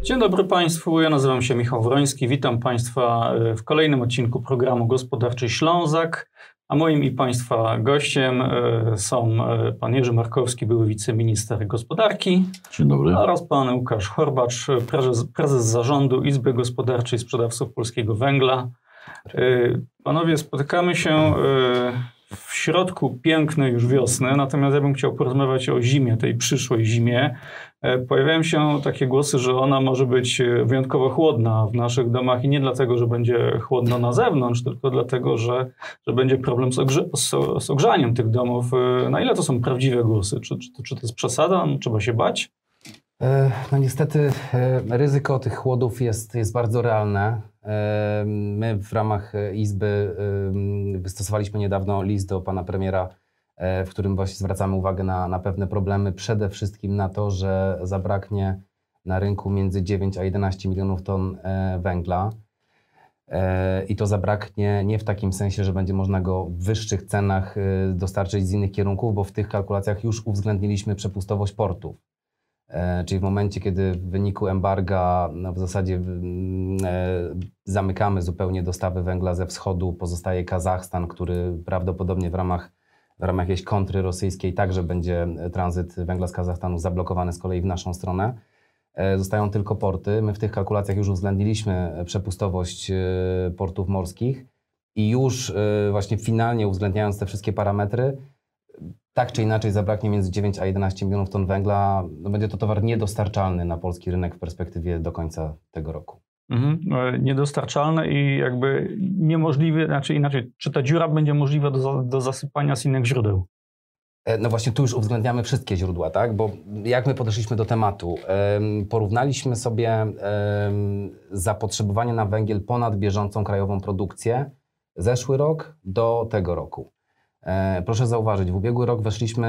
Dzień dobry Państwu, ja nazywam się Michał Wroński, witam Państwa w kolejnym odcinku programu Gospodarczy Ślązak, a moim i Państwa gościem są pan Jerzy Markowski, były wiceminister gospodarki. Dzień dobry. Oraz pan Łukasz Horbacz, prezes zarządu Izby Gospodarczej Sprzedawców Polskiego Węgla. Panowie, spotykamy się w środku pięknej już wiosny, natomiast ja bym chciał porozmawiać o zimie, tej przyszłej zimie. Pojawiają się takie głosy, że ona może być wyjątkowo chłodna w naszych domach i nie dlatego, że będzie chłodno na zewnątrz, tylko dlatego, że będzie problem z ogrzaniem tych domów. Na ile to są prawdziwe głosy? Czy to jest przesada? Trzeba się bać? No niestety ryzyko tych chłodów jest bardzo realne. My w ramach Izby wystosowaliśmy niedawno list do pana premiera, w którym właśnie zwracamy uwagę na pewne problemy. Przede wszystkim na to, że zabraknie na rynku między 9 a 11 milionów ton węgla. I to zabraknie nie w takim sensie, że będzie można go w wyższych cenach dostarczyć z innych kierunków, bo w tych kalkulacjach już uwzględniliśmy przepustowość portów. Czyli w momencie, kiedy w wyniku embarga w zasadzie zamykamy zupełnie dostawy węgla ze wschodu, pozostaje Kazachstan, który prawdopodobnie w ramach jakiejś kontry rosyjskiej także będzie tranzyt węgla z Kazachstanu zablokowany z kolei w naszą stronę. Zostają tylko porty. My w tych kalkulacjach już uwzględniliśmy przepustowość portów morskich i już właśnie finalnie uwzględniając te wszystkie parametry, tak czy inaczej zabraknie między 9 a 11 milionów ton węgla. No będzie to towar niedostarczalny na polski rynek w perspektywie do końca tego roku. Niedostarczalne i jakby niemożliwe, znaczy inaczej, czy ta dziura będzie możliwa do zasypania z innych źródeł? No właśnie tu już uwzględniamy wszystkie źródła, tak? Bo jak my podeszliśmy do tematu? Porównaliśmy sobie zapotrzebowanie na węgiel ponad bieżącą krajową produkcję zeszły rok do tego roku. Proszę zauważyć, w ubiegły rok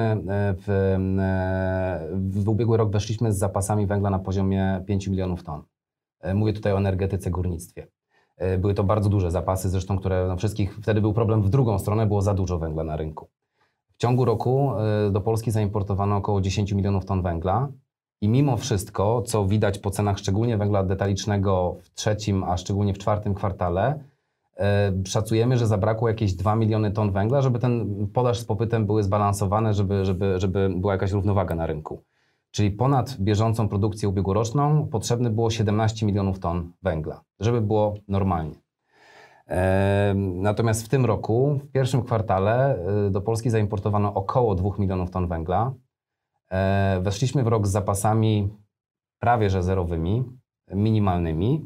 weszliśmy z zapasami węgla na poziomie 5 milionów ton. Mówię tutaj o energetyce, górnictwie. Były to bardzo duże zapasy, zresztą które wszystkich, wtedy był problem w drugą stronę, było za dużo węgla na rynku. W ciągu roku do Polski zaimportowano około 10 milionów ton węgla i mimo wszystko, co widać po cenach szczególnie węgla detalicznego w trzecim, a szczególnie w czwartym kwartale, szacujemy, że zabrakło jakieś 2 miliony ton węgla, żeby ten podaż z popytem były zbalansowane, żeby była jakaś równowaga na rynku. Czyli ponad bieżącą produkcję ubiegłoroczną potrzebne było 17 milionów ton węgla, żeby było normalnie. Natomiast w tym roku, w pierwszym kwartale do Polski zaimportowano około 2 milionów ton węgla. Weszliśmy w rok z zapasami prawie że zerowymi, minimalnymi.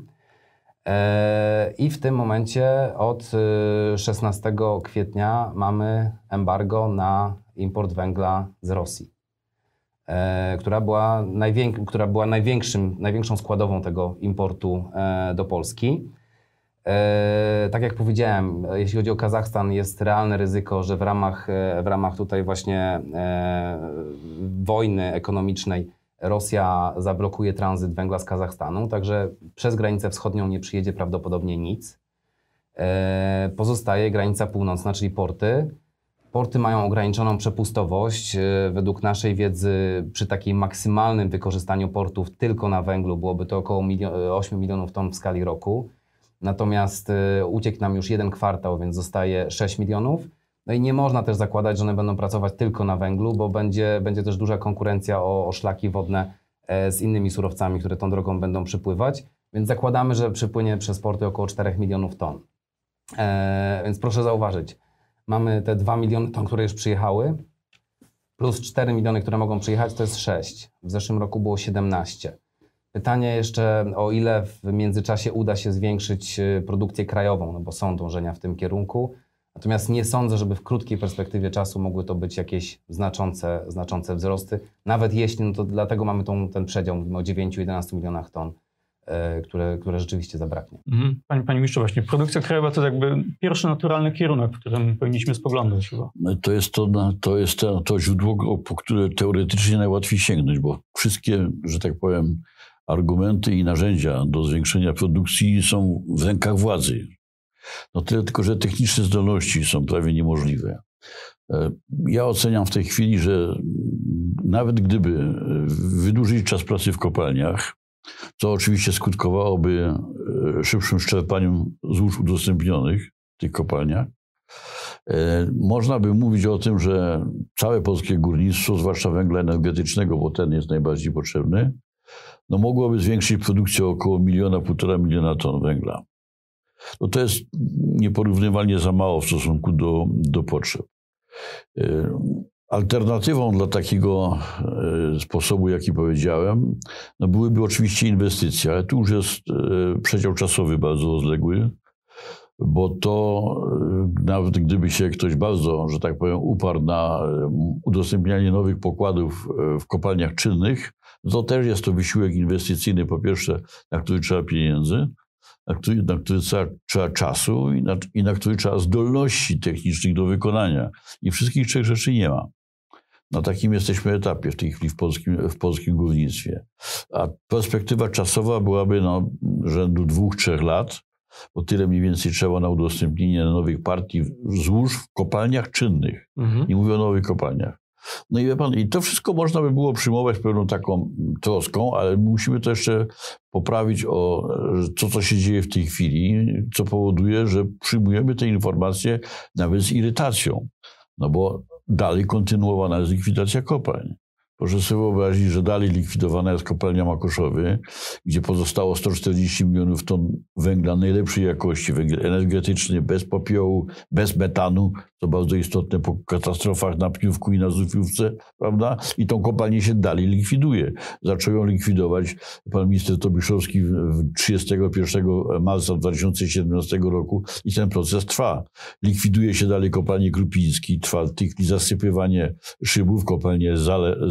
I w tym momencie od 16 kwietnia mamy embargo na import węgla z Rosji, która była największą składową tego importu do Polski. Tak jak powiedziałem, jeśli chodzi o Kazachstan, jest realne ryzyko, że w ramach tutaj właśnie wojny ekonomicznej Rosja zablokuje tranzyt węgla z Kazachstanu, także przez granicę wschodnią nie przyjedzie prawdopodobnie nic. Pozostaje granica północna, czyli porty. Porty mają ograniczoną przepustowość. Według naszej wiedzy przy takim maksymalnym wykorzystaniu portów tylko na węglu byłoby to około 8 milionów ton w skali roku. Natomiast uciekł nam już jeden kwartał, więc zostaje 6 milionów. No i nie można też zakładać, że one będą pracować tylko na węglu, bo będzie też duża konkurencja o szlaki wodne z innymi surowcami, które tą drogą będą przypływać. Więc zakładamy, że przypłynie przez porty około 4 milionów ton. Więc proszę zauważyć, mamy te 2 miliony ton, które już przyjechały, plus 4 miliony, które mogą przyjechać, to jest 6. W zeszłym roku było 17. Pytanie jeszcze, o ile w międzyczasie uda się zwiększyć produkcję krajową, no bo są dążenia w tym kierunku. Natomiast nie sądzę, żeby w krótkiej perspektywie czasu mogły to być jakieś znaczące wzrosty. Nawet jeśli, no to dlatego mamy ten przedział, mówimy o 9-11 milionach ton, które rzeczywiście zabraknie. Panie ministrze, właśnie produkcja krajowa to jakby pierwszy naturalny kierunek, w którym powinniśmy spoglądać chyba. To jest to źródło, po które teoretycznie najłatwiej sięgnąć, bo wszystkie, że tak powiem, argumenty i narzędzia do zwiększenia produkcji są w rękach władzy. No tyle tylko, że techniczne zdolności są prawie niemożliwe. Ja oceniam w tej chwili, że nawet gdyby wydłużyć czas pracy w kopalniach, co oczywiście skutkowałoby szybszym szczerpaniem złóż udostępnionych w tych kopalniach. Można by mówić o tym, że całe polskie górnictwo, zwłaszcza węgla energetycznego, bo ten jest najbardziej potrzebny, no mogłoby zwiększyć produkcję o około 1–1,5 miliona ton węgla. No to jest nieporównywalnie za mało w stosunku do potrzeb. Alternatywą dla takiego sposobu, jaki powiedziałem, no byłyby oczywiście inwestycje, ale tu już jest przedział czasowy bardzo rozległy, bo to nawet gdyby się ktoś bardzo, że tak powiem, uparł na udostępnianie nowych pokładów w kopalniach czynnych, to też jest to wysiłek inwestycyjny, po pierwsze, na który trzeba pieniędzy, na który trzeba czasu i na który trzeba zdolności technicznych do wykonania. I wszystkich trzech rzeczy nie ma. Na takim jesteśmy etapie w tej chwili w polskim górnictwie. A perspektywa czasowa byłaby rzędu 2–3 lat, bo tyle mniej więcej trzeba na udostępnienie nowych partii złóż w kopalniach czynnych. Nie mówię o nowych kopalniach. No i wie pan, i to wszystko można by było przyjmować pewną taką troską, ale musimy to jeszcze poprawić o to, co się dzieje w tej chwili, co powoduje, że przyjmujemy te informacje nawet z irytacją. No bo dalej kontynuowana jest likwidacja kopalń. Proszę sobie wyobrazić, że dalej likwidowana jest kopalnia Makoszowy, gdzie pozostało 140 milionów ton węgla najlepszej jakości, węgiel energetyczny, bez popiołu, bez metanu, co bardzo istotne po katastrofach na Pniówku i na Zufiówce, prawda? I tą kopalnię się dalej likwiduje. Zaczął ją likwidować pan minister Tobiszowski 31 marca 2017 roku i ten proces trwa. Likwiduje się dalej kopalnię Krupiński, trwa w tej chwili zasypywanie szybów, kopalnia jest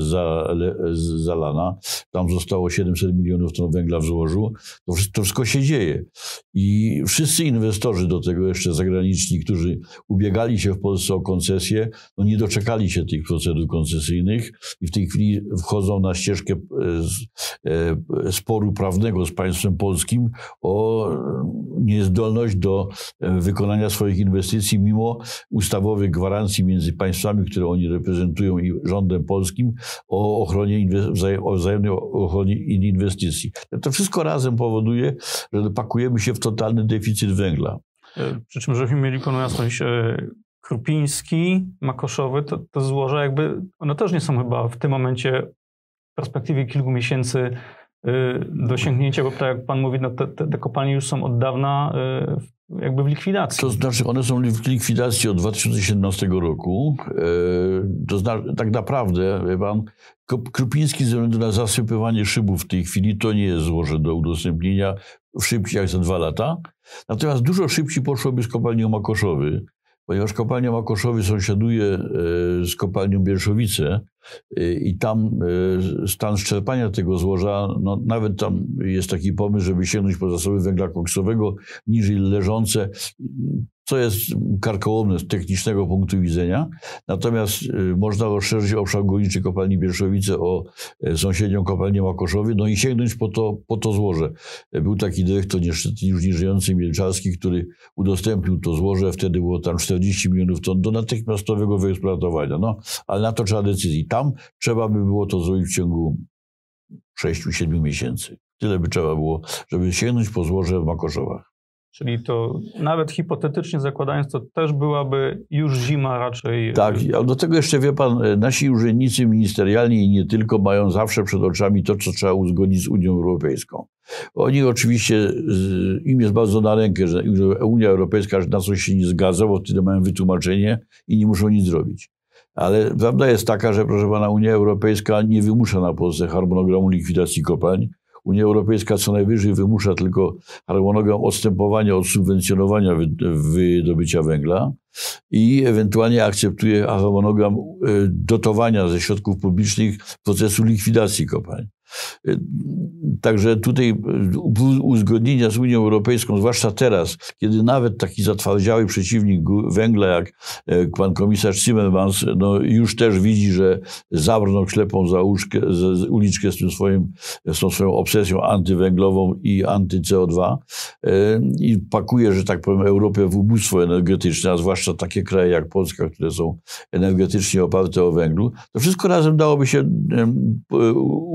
zalana. Tam zostało 700 milionów ton węgla w złożu. To wszystko się dzieje. I wszyscy inwestorzy do tego jeszcze zagraniczni, którzy ubiegali się w Polsce o koncesję, no nie doczekali się tych procedur koncesyjnych i w tej chwili wchodzą na ścieżkę sporu prawnego z państwem polskim o niezdolność do wykonania swoich inwestycji mimo ustawowych gwarancji między państwami, które oni reprezentują, i rządem polskim o ochronie, o wzajemnej ochronie inwestycji. To wszystko razem powoduje, że pakujemy się w totalny deficyt węgla. Przy czym, żebyśmy mieli pełną jasność, Krupiński, Makoszowy, to złoża jakby, one też nie są chyba w tym momencie w perspektywie kilku miesięcy do sięgnięcia, bo tak jak pan mówi, no te kopalnie już są od dawna jakby w likwidacji. To znaczy one są w likwidacji od 2017 roku. Tak naprawdę, wie pan, Krupiński ze względu na zasypywanie szybów w tej chwili to nie jest złoże do udostępnienia szybciej jak za 2 lata. Natomiast dużo szybciej poszłoby z kopalnią Makoszowy, ponieważ kopalnia Makoszowy sąsiaduje z kopalnią Bielszowice i tam stan szczerpania tego złoża, no nawet tam jest taki pomysł, żeby sięgnąć po zasoby węgla koksowego niżej leżące, co jest karkołomne z technicznego punktu widzenia. Natomiast można rozszerzyć obszar górniczy kopalni Bielszowice o sąsiednią kopalnię Makoszowy, no i sięgnąć po to złoże. Był taki dyrektor niestety już nieżyjący Mielczarski, który udostępnił to złoże, wtedy było tam 40 milionów ton do natychmiastowego wyeksploatowania. No, ale na to trzeba decyzji. Tam trzeba by było to zrobić w ciągu 6–7 miesięcy. Tyle by trzeba było, żeby sięgnąć po złoże w Makoszowach. Czyli to nawet hipotetycznie zakładając, to też byłaby już zima raczej. Tak, ale do tego jeszcze wie pan, nasi urzędnicy ministerialni i nie tylko mają zawsze przed oczami to, co trzeba uzgodnić z Unią Europejską. Oni oczywiście, im jest bardzo na rękę, że Unia Europejska na coś się nie zgadza, bo wtedy mają wytłumaczenie i nie muszą nic zrobić. Ale prawda jest taka, że proszę pana, Unia Europejska nie wymusza na Polsce harmonogramu likwidacji kopalń. Unia Europejska co najwyżej wymusza tylko harmonogram odstępowania od subwencjonowania wydobycia węgla i ewentualnie akceptuje harmonogram dotowania ze środków publicznych procesu likwidacji kopalń. Także tutaj uzgodnienia z Unią Europejską, zwłaszcza teraz, kiedy nawet taki zatwardziały przeciwnik węgla jak pan komisarz Timmermans, no już też widzi, że zabrnął ślepą za uliczkę z tą swoją obsesją antywęglową i anty-CO2 i pakuje, że tak powiem, Europę w ubóstwo energetyczne, a zwłaszcza takie kraje jak Polska, które są energetycznie oparte o węglu, to wszystko razem dałoby się uzgodnić.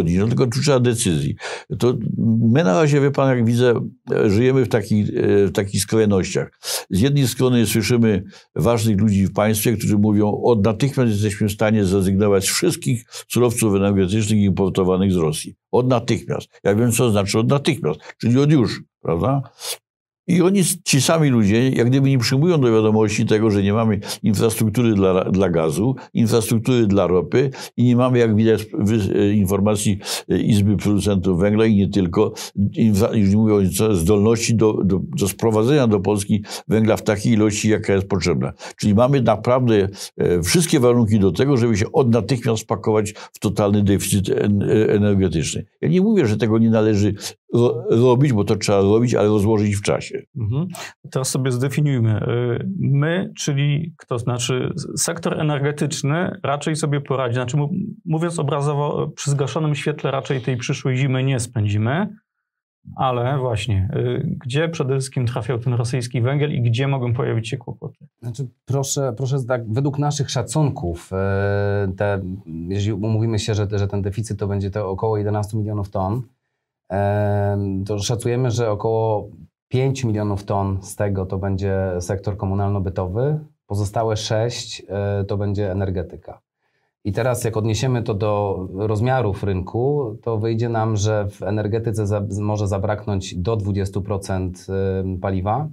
uzgodnić, no tylko tu trzeba decyzji. To my na razie, wie pan, jak widzę, żyjemy w takich skrajnościach. Z jednej strony słyszymy ważnych ludzi w państwie, którzy mówią, od natychmiast jesteśmy w stanie zrezygnować z wszystkich surowców energetycznych importowanych z Rosji. Od natychmiast. Ja wiem, co znaczy od natychmiast, czyli od już, prawda? I oni, ci sami ludzie, jak gdyby nie przyjmują do wiadomości tego, że nie mamy infrastruktury dla gazu, infrastruktury dla ropy i nie mamy, jak widać, informacji Izby Producentów Węgla i nie tylko, już nie mówiąc, zdolności do sprowadzenia do Polski węgla w takiej ilości, jaka jest potrzebna. Czyli mamy naprawdę wszystkie warunki do tego, żeby się od natychmiast spakować w totalny deficyt energetyczny. Ja nie mówię, że tego nie należy robić, bo to trzeba robić, ale rozłożyć w czasie. Teraz sobie zdefiniujmy. My, czyli kto? Znaczy sektor energetyczny raczej sobie poradzi. Znaczy, mówiąc obrazowo, przy zgaszonym świetle raczej tej przyszłej zimy nie spędzimy, ale właśnie, gdzie przede wszystkim trafiał ten rosyjski węgiel i gdzie mogą pojawić się kłopoty? Znaczy, proszę tak, według naszych szacunków, jeśli umówimy się, że ten deficyt to będzie to około 11 milionów ton, to szacujemy, że około 5 milionów ton z tego to będzie sektor komunalno-bytowy, pozostałe 6 to będzie energetyka. I teraz jak odniesiemy to do rozmiarów rynku, to wyjdzie nam, że w energetyce może zabraknąć do 20% paliwa,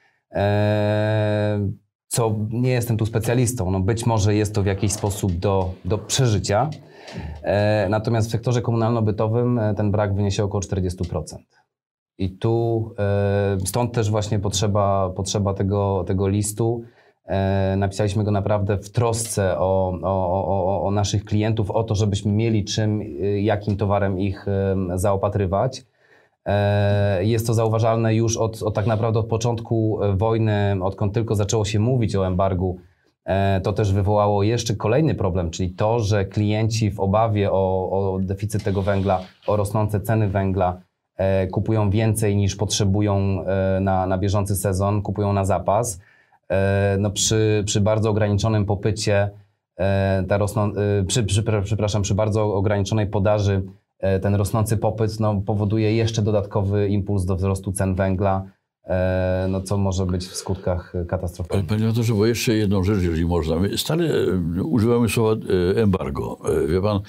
co nie jestem tu specjalistą, no być może jest to w jakiś sposób do przeżycia, natomiast w sektorze komunalno-bytowym ten brak wyniesie około 40%. I tu stąd też właśnie potrzeba tego listu. Napisaliśmy go naprawdę w trosce o naszych klientów, o to, żebyśmy mieli jakim towarem ich zaopatrywać. Jest to zauważalne już od tak naprawdę od początku wojny, odkąd tylko zaczęło się mówić o embargu. To też wywołało jeszcze kolejny problem, czyli to, że klienci w obawie o deficyt tego węgla, o rosnące ceny węgla kupują więcej niż potrzebują na bieżący sezon, kupują na zapas. No przy bardzo ograniczonym popycie, przy bardzo ograniczonej podaży ten rosnący popyt powoduje jeszcze dodatkowy impuls do wzrostu cen węgla, co może być w skutkach katastrofalnych. Panie redaktorze, bo jeszcze jedną rzecz, jeżeli można. My stale używamy słowa embargo. Wie pan,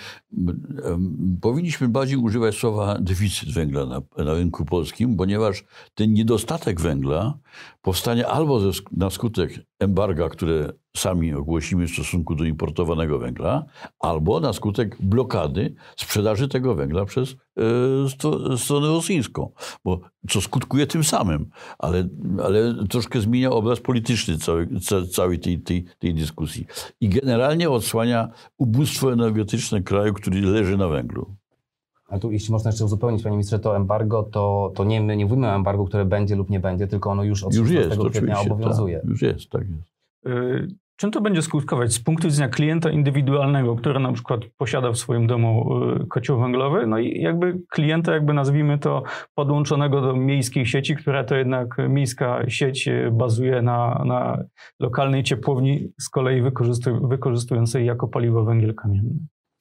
powinniśmy bardziej używać słowa deficyt węgla na rynku polskim, ponieważ ten niedostatek węgla powstanie albo na skutek embarga, które sami ogłosimy w stosunku do importowanego węgla, albo na skutek blokady sprzedaży tego węgla przez stronę rosyjską, bo co skutkuje tym samym, ale troszkę zmienia obraz polityczny całej tej dyskusji i generalnie odsłania ubóstwo energetyczne kraju, który leży na węglu. A tu, jeśli można jeszcze uzupełnić, panie ministrze, to embargo, to my nie mówimy o embargu, które będzie lub nie będzie, tylko ono już od 16 kwietnia obowiązuje. Tak, już jest, tak jest. Czym to będzie skutkować z punktu widzenia klienta indywidualnego, który na przykład posiada w swoim domu kocioł węglowy, no i jakby klienta, nazwijmy to, podłączonego do miejskiej sieci, która to jednak miejska sieć bazuje na lokalnej ciepłowni, z kolei wykorzystującej jako paliwo węgiel kamienny?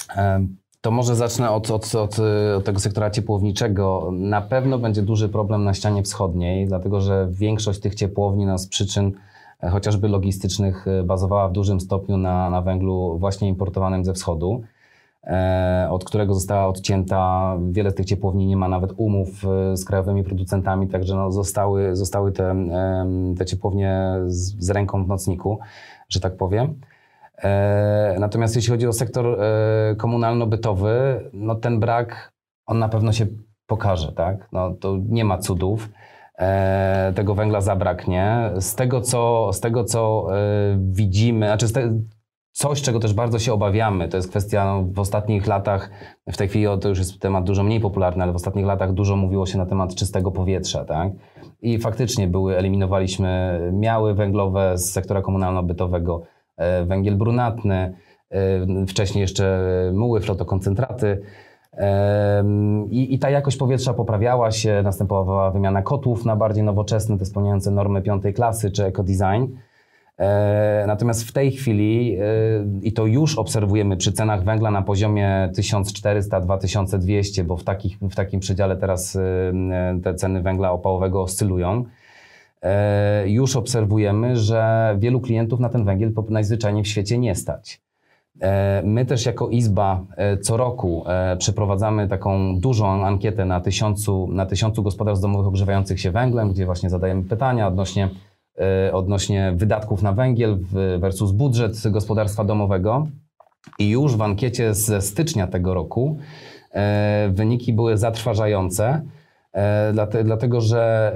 To może zacznę od tego sektora ciepłowniczego. Na pewno będzie duży problem na ścianie wschodniej, dlatego że większość tych ciepłowni z przyczyn chociażby logistycznych bazowała w dużym stopniu na węglu właśnie importowanym ze wschodu, od którego została odcięta. Wiele z tych ciepłowni nie ma nawet umów z krajowymi producentami, także zostały te ciepłownie z ręką w nocniku, że tak powiem. Natomiast jeśli chodzi o sektor komunalno-bytowy, ten brak, on na pewno się pokaże, tak? To nie ma cudów. Tego węgla zabraknie. Z tego co widzimy, coś, czego też bardzo się obawiamy, to jest kwestia w ostatnich latach, w tej chwili to już jest temat dużo mniej popularny, ale w ostatnich latach dużo mówiło się na temat czystego powietrza, tak? I faktycznie eliminowaliśmy miały węglowe z sektora komunalno-bytowego, węgiel brunatny, wcześniej jeszcze muły, flotokoncentraty. I ta jakość powietrza poprawiała się, następowała wymiana kotłów na bardziej nowoczesne, te spełniające normy 5. klasy czy ekodesign. Natomiast w tej chwili, i to już obserwujemy przy cenach węgla na poziomie 1400-2200, bo w takim przedziale teraz te ceny węgla opałowego oscylują, już obserwujemy, że wielu klientów na ten węgiel najzwyczajniej w świecie nie stać. My też jako Izba co roku przeprowadzamy taką dużą ankietę na 1000 gospodarstw domowych ogrzewających się węglem, gdzie właśnie zadajemy pytania odnośnie wydatków na węgiel versus budżet gospodarstwa domowego. I już w ankiecie ze stycznia tego roku wyniki były zatrważające, dlatego że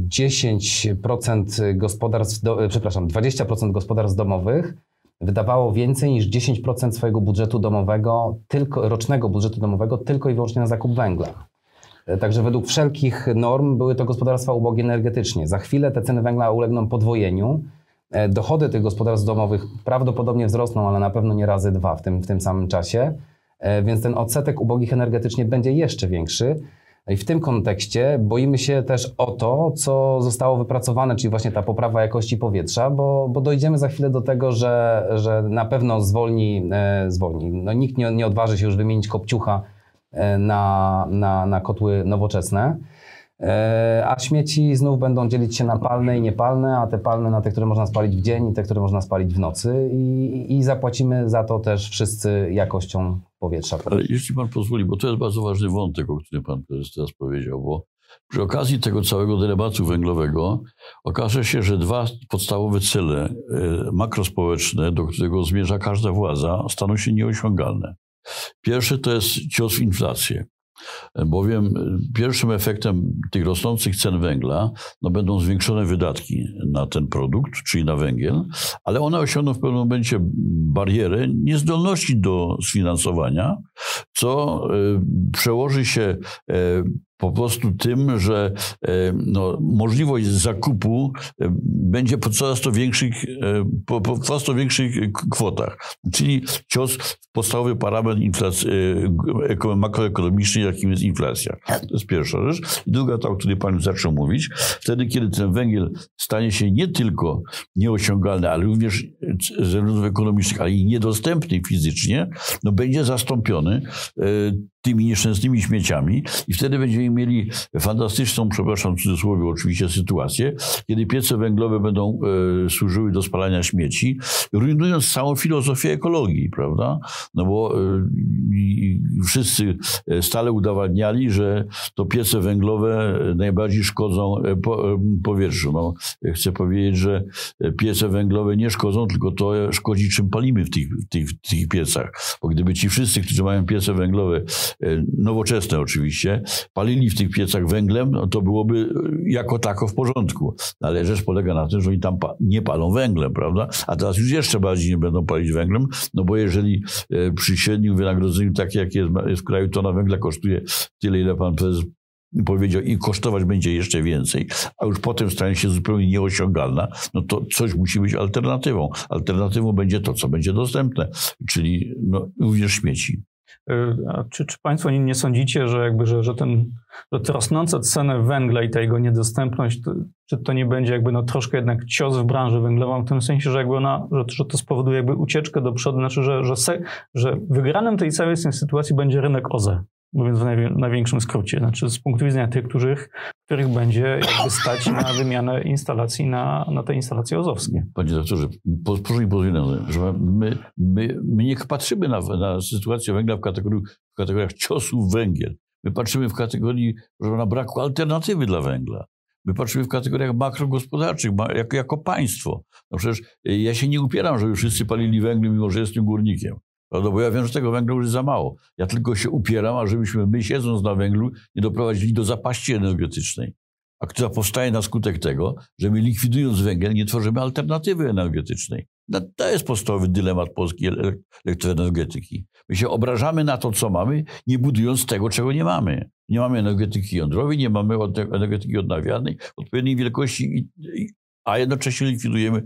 20% gospodarstw domowych wydawało więcej niż 10% swojego budżetu domowego, rocznego budżetu domowego, tylko i wyłącznie na zakup węgla. Także według wszelkich norm były to gospodarstwa ubogie energetycznie. Za chwilę te ceny węgla ulegną podwojeniu. Dochody tych gospodarstw domowych prawdopodobnie wzrosną, ale na pewno nie razy 2 w tym samym czasie. Więc ten odsetek ubogich energetycznie będzie jeszcze większy. I w tym kontekście boimy się też o to, co zostało wypracowane, czyli właśnie ta poprawa jakości powietrza, bo dojdziemy za chwilę do tego, że na pewno zwolni. No, nikt nie odważy się już wymienić kopciucha na kotły nowoczesne, a śmieci znów będą dzielić się na palne i niepalne, a te palne na te, które można spalić w dzień i te, które można spalić w nocy i zapłacimy za to też wszyscy jakością powietrza. Ale jeśli pan pozwoli, bo to jest bardzo ważny wątek, o którym pan prezes teraz powiedział, bo przy okazji tego całego dylematu węglowego okaże się, że 2 podstawowe cele makrospołeczne, do którego zmierza każda władza, staną się nieosiągalne. Pierwszy to jest cios w inflację, bowiem pierwszym efektem tych rosnących cen węgla będą zwiększone wydatki na ten produkt, czyli na węgiel, ale one osiągną w pewnym momencie barierę niezdolności do sfinansowania, co przełoży się po prostu tym, że możliwość zakupu będzie po coraz to większych kwotach. Czyli cios w podstawowy parametr makroekonomiczny, jakim jest inflacja. To jest pierwsza rzecz. I druga, ta, o której pan zaczął mówić, wtedy, kiedy ten węgiel stanie się nie tylko nieosiągalny, ale również ze względów ekonomicznych, ale i niedostępny fizycznie, będzie zastąpiony tymi nieszczęsnymi śmieciami i wtedy będziemy mieli fantastyczną, przepraszam w cudzysłowie oczywiście, sytuację, kiedy piece węglowe będą służyły do spalania śmieci, rujnując całą filozofię ekologii, prawda? Bo wszyscy stale udowadniali, że to piece węglowe najbardziej szkodzą powietrzu. Chcę powiedzieć, że piece węglowe nie szkodzą, tylko to szkodzi, czym palimy w tych piecach. Bo gdyby ci wszyscy, którzy mają piece węglowe, nowoczesne oczywiście, palili w tych piecach węglem, to byłoby jako tako w porządku. Ale rzecz polega na tym, że oni tam nie palą węglem, prawda? A teraz już jeszcze bardziej nie będą palić węglem, bo jeżeli przy średnim wynagrodzeniu, takie jak jest w kraju, tona węgla kosztuje tyle, ile pan prezes powiedział, i kosztować będzie jeszcze więcej, a już potem stanie się zupełnie nieosiągalna, to coś musi być alternatywą. Alternatywą będzie to, co będzie dostępne, czyli również śmieci. A czy państwo nie sądzicie, że te rosnące ceny węgla i ta jego niedostępność, czy to nie będzie troszkę jednak cios w branży węglową, w tym sensie, że że to spowoduje ucieczkę do przodu, znaczy, że wygranym tej całej sytuacji będzie rynek OZE, mówiąc w największym skrócie, znaczy z punktu widzenia tych, których będzie stać na wymianę instalacji na te instalacje OZE-owskie. Panie doktorze, proszę mi pozwolić, że my nie patrzymy na sytuację węgla w kategoriach ciosu w węgiel. My patrzymy w kategorii braku alternatywy dla węgla. My patrzymy w kategoriach makrogospodarczych, jako państwo. Przecież ja się nie upieram, żeby wszyscy palili węglem, mimo że jestem górnikiem. Prawda? Bo ja wiem, że tego węgla już jest za mało. Ja tylko się upieram, ażebyśmy my, siedząc na węglu, nie doprowadzili do zapaści energetycznej, a która powstaje na skutek tego, że my, likwidując węgiel, nie tworzymy alternatywy energetycznej. To jest podstawowy dylemat polskiej elektroenergetyki. My się obrażamy na to, co mamy, nie budując tego, czego nie mamy. Nie mamy energetyki jądrowej, nie mamy energetyki odnawialnej odpowiedniej wielkości, a jednocześnie likwidujemy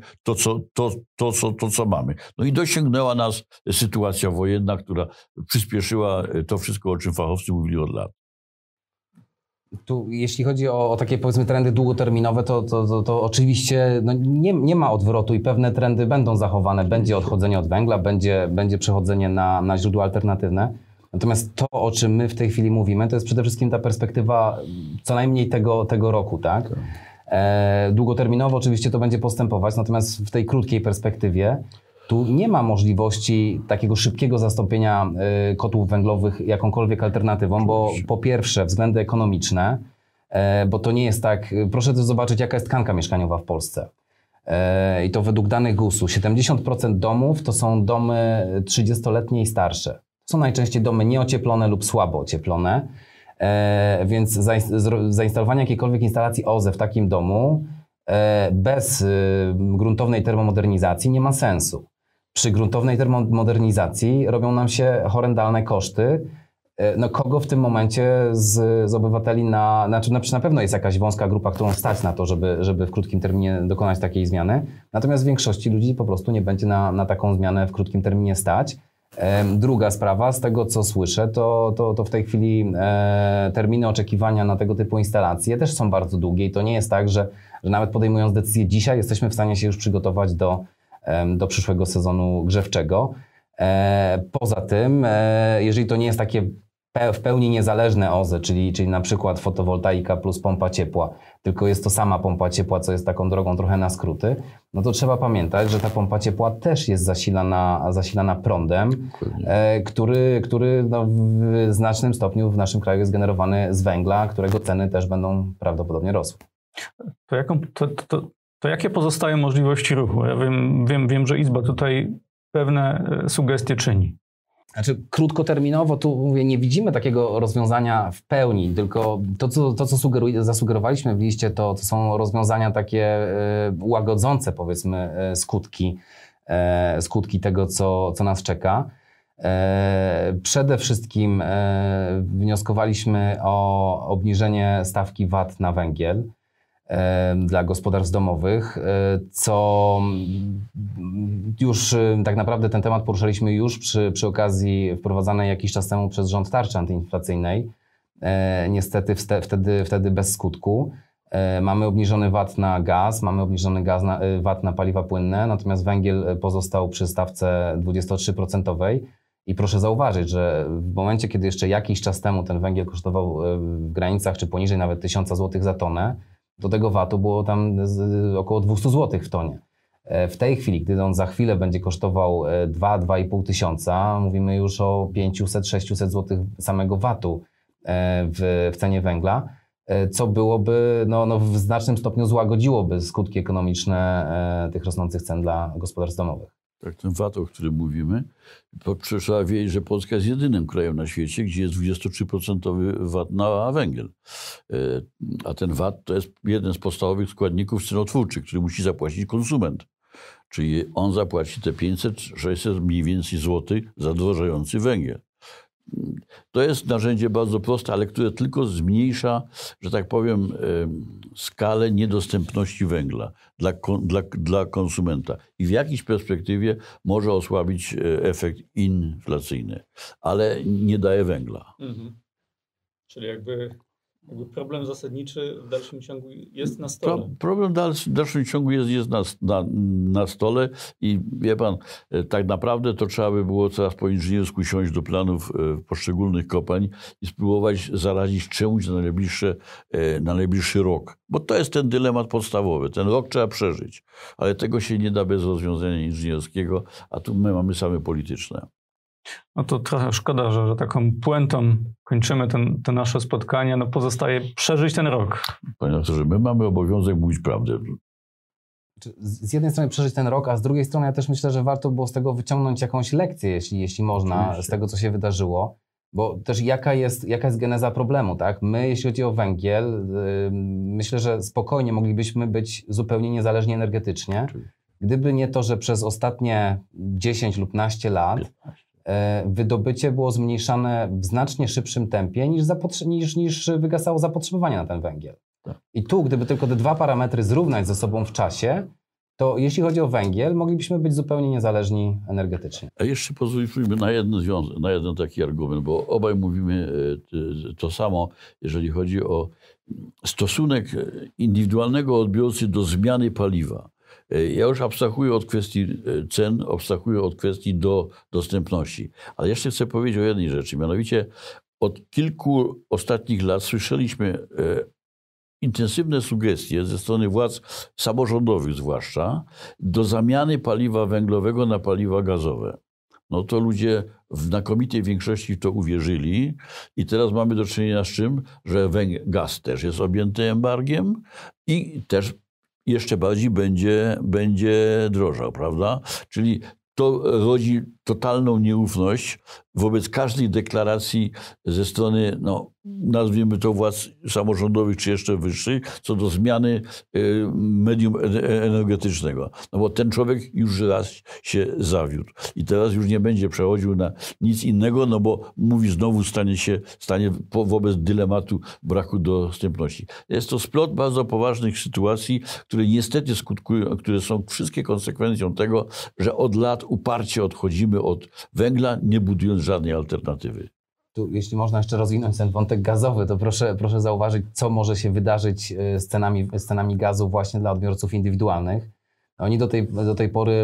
to, co mamy. I dosięgnęła nas sytuacja wojenna, która przyspieszyła to wszystko, o czym fachowcy mówili od lat. Tu, jeśli chodzi o takie, powiedzmy, trendy długoterminowe, to oczywiście no, nie ma odwrotu i pewne trendy będą zachowane. Będzie odchodzenie od węgla, będzie przechodzenie na źródła alternatywne. Natomiast to, o czym my w tej chwili mówimy, to jest przede wszystkim ta perspektywa co najmniej tego roku, tak? Długoterminowo oczywiście to będzie postępować, natomiast w tej krótkiej perspektywie tu nie ma możliwości takiego szybkiego zastąpienia kotłów węglowych jakąkolwiek alternatywą, bo po pierwsze względy ekonomiczne, bo to nie jest tak, proszę też zobaczyć, jaka jest tkanka mieszkaniowa w Polsce. I to według danych GUS-u 70% domów to są domy 30-letnie i starsze. To są najczęściej domy nieocieplone lub słabo ocieplone, więc zainstalowanie jakiejkolwiek instalacji OZE w takim domu bez gruntownej termomodernizacji nie ma sensu. Przy gruntownej termomodernizacji robią nam się horrendalne koszty. No kogo w tym momencie z obywateli na pewno jest jakaś wąska grupa, którą stać na to, żeby w krótkim terminie dokonać takiej zmiany. Natomiast większości ludzi po prostu nie będzie na taką zmianę w krótkim terminie stać. Druga sprawa, z tego co słyszę, to w tej chwili terminy oczekiwania na tego typu instalacje też są bardzo długie i to nie jest tak, że nawet podejmując decyzję dzisiaj jesteśmy w stanie się już przygotować do przyszłego sezonu grzewczego. Poza tym, jeżeli to nie jest takie w pełni niezależne OZE, czyli na przykład fotowoltaika plus pompa ciepła, tylko jest to sama pompa ciepła, co jest taką drogą trochę na skróty, no to trzeba pamiętać, że ta pompa ciepła też jest zasilana prądem, który no w znacznym stopniu w naszym kraju jest generowany z węgla, którego ceny też będą prawdopodobnie rosły. To jakie pozostają możliwości ruchu? Ja wiem, że Izba tutaj pewne sugestie czyni. Znaczy, krótkoterminowo tu mówię, nie widzimy takiego rozwiązania w pełni, tylko to co zasugerowaliśmy w liście, to są rozwiązania takie łagodzące, powiedzmy, skutki tego, co nas czeka. Przede wszystkim wnioskowaliśmy o obniżenie stawki VAT na węgiel dla gospodarstw domowych, co już tak naprawdę ten temat poruszaliśmy już przy okazji wprowadzanej jakiś czas temu przez rząd tarczy antyinflacyjnej. Niestety wtedy bez skutku. Mamy obniżony VAT na gaz, mamy obniżony VAT na paliwa płynne, natomiast węgiel pozostał przy stawce 23%. I proszę zauważyć, że w momencie, kiedy jeszcze jakiś czas temu ten węgiel kosztował w granicach czy poniżej nawet 1000 zł za tonę, do tego VAT-u było tam około 200 zł w tonie. W tej chwili, gdy on za chwilę będzie kosztował 2–2,5 tysiąca, mówimy już o 500–600 zł samego VAT-u w cenie węgla, co byłoby, no w znacznym stopniu złagodziłoby skutki ekonomiczne tych rosnących cen dla gospodarstw domowych. Tak, ten VAT, o którym mówimy, trzeba wiedzieć, że Polska jest jedynym krajem na świecie, gdzie jest 23% VAT na węgiel. A ten VAT to jest jeden z podstawowych składników cenotwórczych, który musi zapłacić konsument. Czyli on zapłaci te 500–600 mniej więcej złotych za drożejący węgiel. To jest narzędzie bardzo proste, ale które tylko zmniejsza, że tak powiem, skalę niedostępności węgla dla konsumenta i w jakiejś perspektywie może osłabić efekt inflacyjny, ale nie daje węgla. Mhm. Czyli jakby problem zasadniczy w dalszym ciągu jest na stole. Problem w dalszym ciągu jest na stole i wie pan, tak naprawdę to trzeba by było teraz po inżyniersku siąść do planów poszczególnych kopalń i spróbować zaradzić czymś na najbliższy rok. Bo to jest ten dylemat podstawowy. Ten rok trzeba przeżyć, ale tego się nie da bez rozwiązania inżynierskiego, a tu my mamy same polityczne. No to trochę szkoda, że taką puentą kończymy te nasze spotkania. No pozostaje przeżyć ten rok. Panie doktorze, my mamy obowiązek mówić prawdę. Z jednej strony przeżyć ten rok, a z drugiej strony ja też myślę, że warto było z tego wyciągnąć jakąś lekcję, jeśli można, oczywiście, z tego, co się wydarzyło. Bo też jaka jest geneza problemu, tak? My, jeśli chodzi o węgiel, myślę, że spokojnie moglibyśmy być zupełnie niezależni energetycznie, gdyby nie to, że przez ostatnie 10 lub 15 lat wydobycie było zmniejszane w znacznie szybszym tempie niż wygasało zapotrzebowanie na ten węgiel. Tak. I tu, gdyby tylko te dwa parametry zrównać ze sobą w czasie, to jeśli chodzi o węgiel, moglibyśmy być zupełnie niezależni energetycznie. A jeszcze pozwólmy na jeden taki argument, bo obaj mówimy to samo, jeżeli chodzi o stosunek indywidualnego odbiorcy do zmiany paliwa. Ja już abstrahuję od kwestii cen, abstrahuję od kwestii dostępności. Ale jeszcze chcę powiedzieć o jednej rzeczy, mianowicie od kilku ostatnich lat słyszeliśmy intensywne sugestie ze strony władz samorządowych zwłaszcza do zamiany paliwa węglowego na paliwa gazowe. No to ludzie w znakomitej większości w to uwierzyli i teraz mamy do czynienia z czym? Że gaz też jest objęty embargiem i też jeszcze bardziej będzie drożał, prawda? Czyli to rodzi totalną nieufność wobec każdej deklaracji ze strony, no, nazwijmy to władz samorządowych czy jeszcze wyższych, co do zmiany medium energetycznego. No bo ten człowiek już raz się zawiódł i teraz już nie będzie przechodził na nic innego, no bo mówi znowu stanie wobec dylematu braku dostępności. Jest to splot bardzo poważnych sytuacji, które niestety skutkują, które są wszystkie konsekwencją tego, że od lat uparcie odchodzimy od węgla, nie budując żadnej alternatywy. Tu, jeśli można jeszcze rozwinąć ten wątek gazowy, to proszę zauważyć, co może się wydarzyć z cenami gazu właśnie dla odbiorców indywidualnych. Oni do tej pory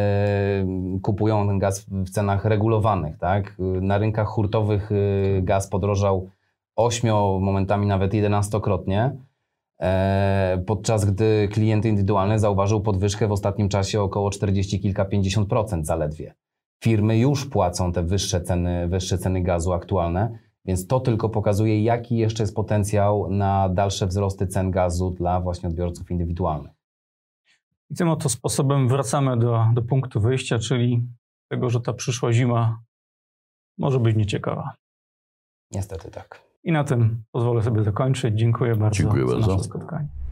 kupują ten gaz w cenach regulowanych. Tak? Na rynkach hurtowych gaz podrożał 8, momentami nawet 11-krotnie, podczas gdy klient indywidualny zauważył podwyżkę w ostatnim czasie około 40 kilka, 50% zaledwie. Firmy już płacą te wyższe ceny gazu aktualne, więc to tylko pokazuje, jaki jeszcze jest potencjał na dalsze wzrosty cen gazu dla właśnie odbiorców indywidualnych. I tym oto sposobem wracamy do punktu wyjścia, czyli tego, że ta przyszła zima może być nieciekawa. Niestety tak. I na tym pozwolę sobie zakończyć. Dziękuję bardzo za nasze spotkanie.